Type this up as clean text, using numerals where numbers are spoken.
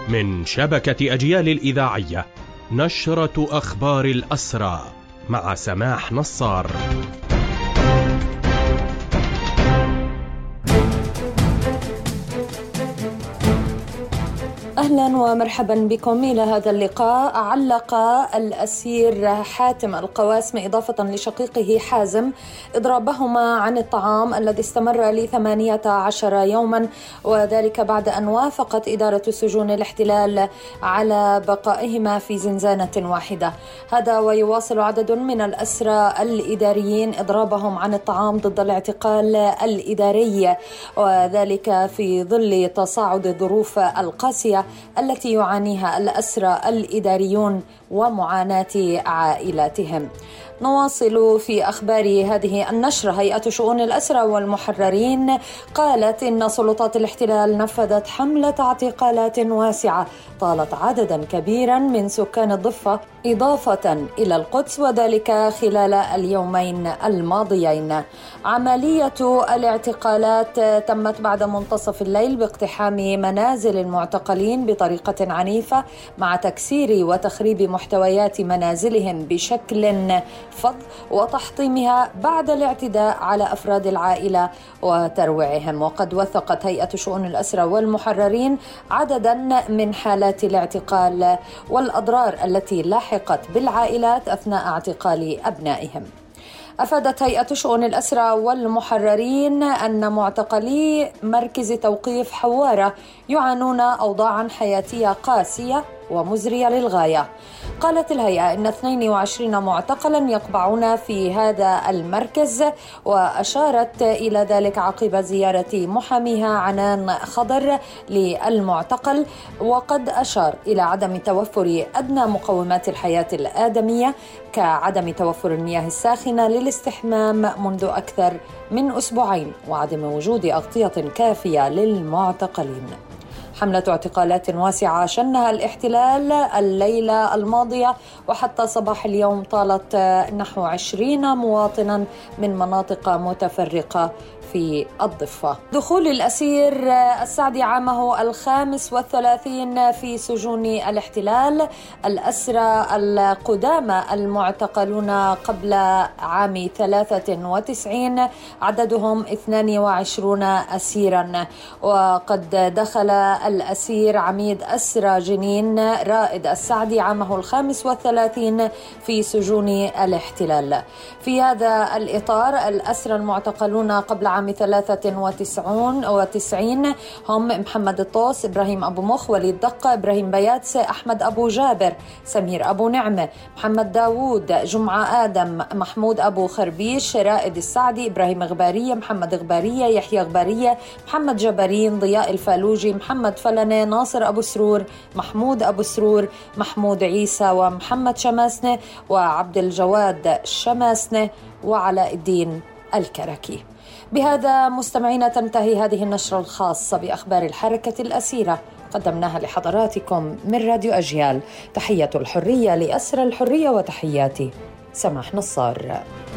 من شبكة أجيال الإذاعية، نشرة أخبار الأسرى مع سماح نصار. أهلا ومرحبا بكم إلى هذا اللقاء. علق الأسير حاتم القواسمي إضافة لشقيقه حازم إضرابهما عن الطعام الذي استمر ل18 يوما، وذلك بعد أن وافقت إدارة سجون الاحتلال على بقائهما في زنزانة واحدة. هذا ويواصل عدد من الأسرى الإداريين إضرابهم عن الطعام ضد الاعتقال الإداري، وذلك في ظل تصاعد الظروف القاسية التي يعانيها الأسرى الإداريون ومعاناة عائلاتهم. نواصل في أخبار هذه النشرة. هيئة شؤون الأسرى والمحررين قالت إن سلطات الاحتلال نفذت حملة اعتقالات واسعة طالت عددا كبيرا من سكان الضفة إضافة إلى القدس، وذلك خلال اليومين الماضيين. عملية الاعتقالات تمت بعد منتصف الليل باقتحام منازل المعتقلين بطريقة عنيفة مع تكسير وتخريب محتويات منازلهم بشكل فظ وتحطيمها بعد الاعتداء على أفراد العائلة وترويعهم. وقد وثقت هيئة شؤون الأسرى والمحررين عددا من حالات الاعتقال والأضرار التي لاحقت بالعائلات أثناء اعتقال أبنائهم. أفادت هيئة شؤون الأسرى والمحررين أن معتقلي مركز توقيف حوارة يعانون أوضاعا حياتية قاسية ومزرية للغاية. قالت الهيئة إن 22 معتقلا يقبعون في هذا المركز، وأشارت إلى ذلك عقب زيارة محاميها عنان خضر للمعتقل، وقد أشار إلى عدم توفر أدنى مقومات الحياة الآدمية كعدم توفر المياه الساخنة للاستحمام منذ أكثر من أسبوعين وعدم وجود أغطية كافية للمعتقلين. حملة اعتقالات واسعة شنها الاحتلال الليلة الماضية وحتى صباح اليوم طالت نحو 20 مواطنا من مناطق متفرقة في الضفة. دخول الأسير السعدي عامه 35 في سجون الاحتلال. الأسرى القدامى المعتقلون قبل عام 93 عددهم 22 أسيرا. وقد دخل الأسير عميد أسرى جنين رائد السعدي عامه 35 في سجون الاحتلال. في هذا الإطار الأسرى المعتقلون قبل عام 93 هم محمد الطوس، إبراهيم أبو مخ، وليد دقة، إبراهيم بياتس، أحمد أبو جابر، سمير أبو نعمة، محمد داوود، جمعة آدم، محمود أبو خربيش، رائد السعدي، إبراهيم غبارية، محمد غبارية، يحيى غبارية، محمد جبارين، ضياء الفالوجي، محمد فلنة، ناصر أبو سرور، محمود أبو سرور، محمود عيسى، ومحمد شماسنة، وعبد الجواد شماسنة، وعلاء الدين الكركي. بهذا مستمعينا تنتهي هذه النشرة الخاصة بأخبار الحركة الأسيرة، قدمناها لحضراتكم من راديو أجيال. تحية الحرية لأسرى الحرية، وتحياتي سماح نصار.